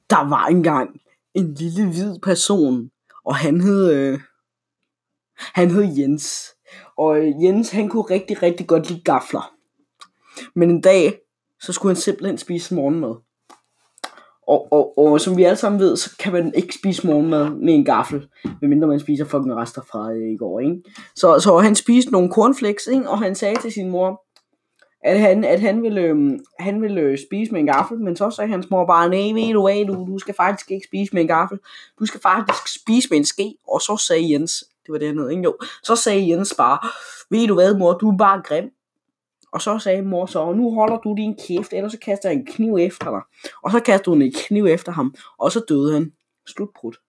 Der var engang en lille hvid person, og han hed Jens. Og Jens, han kunne rigtig, rigtig godt lide gafler. Men en dag, så skulle han simpelthen spise morgenmad. Og som vi alle sammen ved, så kan man ikke spise morgenmad med en gaffel, medmindre man spiser fucking rester fra i går, ikke? Så han spiste nogle cornflakes, ikke? Og han sagde til sin mor, at han ville spise med en gaffel, men så sagde hans mor bare, nej, ved du hvad, du skal faktisk ikke spise med en gaffel, du skal faktisk spise med en ske. Og så sagde Jens, det var det han hed, ikke? Jo, så sagde Jens bare, ved du hvad, mor, du er bare grim. Og så sagde mor så, nu holder du din kæft, ellers så kaster jeg en kniv efter dig. Og så kastede hun en kniv efter ham, og så døde han. Slutbrud.